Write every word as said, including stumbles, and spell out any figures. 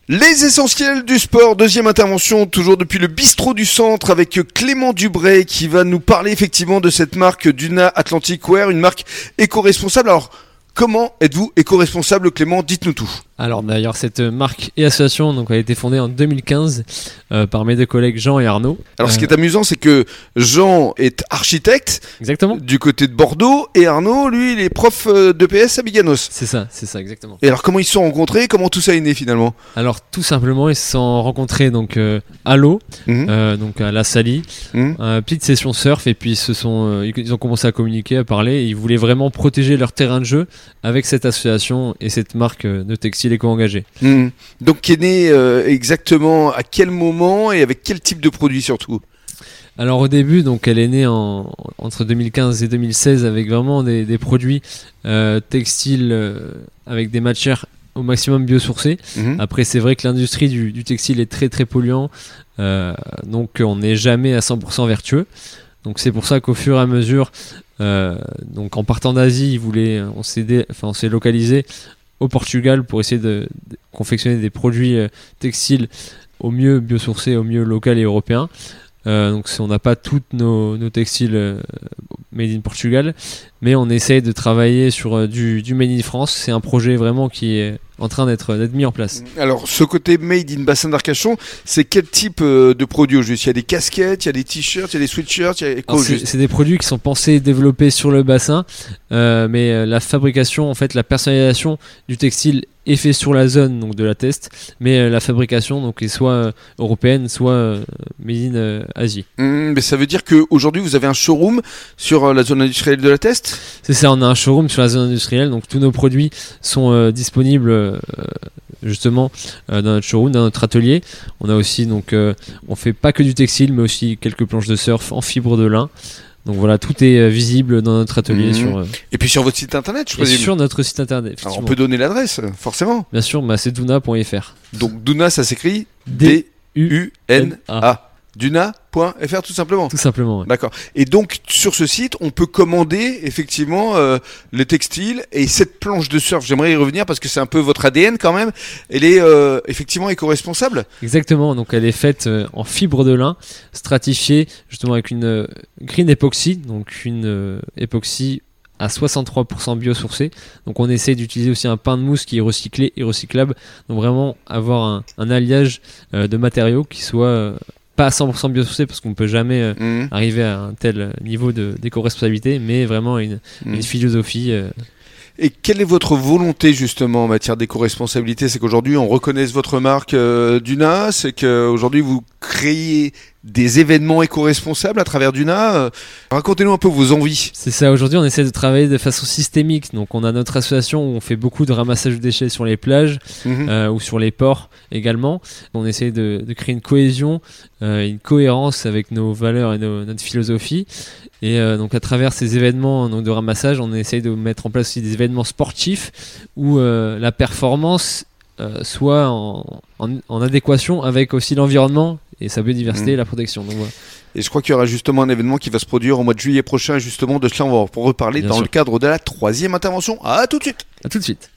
Les essentiels du sport, deuxième intervention, toujours depuis le bistrot du centre avec Clément Dubray qui va nous parler effectivement de cette marque Duna Atlantic Wear, une marque éco-responsable. Alors, comment êtes-vous éco-responsable, Clément? Dites-nous tout. Alors d'ailleurs, cette marque et association donc, a été fondée en deux mille quinze euh, par mes deux collègues Jean et Arnaud. Alors euh... ce qui est amusant, c'est que Jean est architecte. Exactement. Du côté de Bordeaux, et Arnaud, lui, il est prof d'E P S à Biganos. C'est ça, c'est ça, exactement. Et alors comment ils se sont rencontrés? Comment tout ça est né finalement? Alors tout simplement, ils se sont rencontrés donc, euh, à l'eau, mmh. euh, donc à la Saly, mmh. une petite session surf, et puis ils, se sont, euh, ils ont commencé à communiquer, à parler, et ils voulaient vraiment protéger leur terrain de jeu avec cette association et cette marque de textile éco-engagé. Mmh. Donc qui est né euh, exactement à quel moment et avec quel type de produit surtout? Alors au début, donc elle est née en, entre deux mille quinze et deux mille seize avec vraiment des, des produits euh, textiles euh, avec des matières au maximum biosourcées. Mmh. Après c'est vrai que l'industrie du, du textile est très très polluant, euh, donc on n'est jamais à cent pour cent vertueux. Donc c'est pour ça qu'au fur et à mesure, euh, donc en partant d'Asie, ils voulaient, on s'est, dé, enfin, on s'est localisé au Portugal pour essayer de, de confectionner des produits euh, textiles au mieux biosourcés, au mieux local et européens. Euh, donc on n'a pas tous nos, nos textiles euh, made in Portugal, mais on essaye de travailler sur euh, du, du made in France. C'est un projet vraiment qui est en train d'être, d'être mis en place. Alors ce côté made in bassin d'Arcachon, c'est quel type euh, de produit au juste? Il y a des casquettes, il y a des t-shirts, il y a des sweatshirts, il y a quoi? Alors, c'est, c'est des produits qui sont pensés et développés sur le bassin, euh, mais euh, la fabrication, en fait la personnalisation du textile est fait sur la zone donc de la test, mais euh, la fabrication donc est soit euh, européenne, soit euh, made in euh, Asie. Mmh, mais ça veut dire qu'aujourd'hui vous avez un showroom sur euh, la zone industrielle de la test? C'est ça, on a un showroom sur la zone industrielle, donc tous nos produits sont euh, disponibles euh, justement euh, dans notre showroom, dans notre atelier. On a aussi donc euh, on fait pas que du textile, mais aussi quelques planches de surf en fibre de lin. Donc voilà, tout est euh, visible dans notre atelier. Mmh. Sur, euh... Et puis sur votre site internet, je présume. Et sur notre site internet. Alors on peut donner l'adresse, forcément. Bien sûr, bah, c'est duna point f r. Donc Duna, ça s'écrit D U N A. Duna point f r tout simplement. Tout simplement. Ouais. D'accord. Et donc sur ce site, on peut commander effectivement euh, les textiles et cette planche de surf. J'aimerais y revenir parce que c'est un peu votre A D N quand même. Elle est euh, effectivement éco-responsable. Exactement. Donc elle est faite euh, en fibre de lin, stratifiée justement avec une euh, green epoxy, donc une euh, époxy à soixante-trois pour cent biosourcé. Donc on essaie d'utiliser aussi un pain de mousse qui est recyclé et recyclable. Donc vraiment avoir un, un alliage euh, de matériaux qui soit euh, pas à cent pour cent biosourcé parce qu'on ne peut jamais euh, mmh. arriver à un tel niveau de, d'éco-responsabilité, mais vraiment une, mmh. une philosophie. Euh... Et quelle est votre volonté justement en matière d'éco-responsabilité? C'est qu'aujourd'hui on reconnaisse votre marque euh, Duna, c'est qu'aujourd'hui vous créez des événements éco-responsables à travers Duna. Euh, racontez-nous un peu vos envies. C'est ça, aujourd'hui on essaie de travailler de façon systémique. Donc on a notre association où on fait beaucoup de ramassage de déchets sur les plages mmh. euh, ou sur les ports également. On essaie de, de créer une cohésion, euh, une cohérence avec nos valeurs et nos, notre philosophie. Et euh, donc à travers ces événements donc, de ramassage, on essaie de mettre en place aussi des événements sportifs où euh, la performance euh, soit en, en, en adéquation avec aussi l'environnement et sa biodiversité mmh. et la protection. Donc, voilà. Et je crois qu'il y aura justement un événement qui va se produire au mois de juillet prochain. Justement, de cela, on va en reparler Bien dans sûr. le cadre de la troisième intervention. À tout de suite. À tout de suite.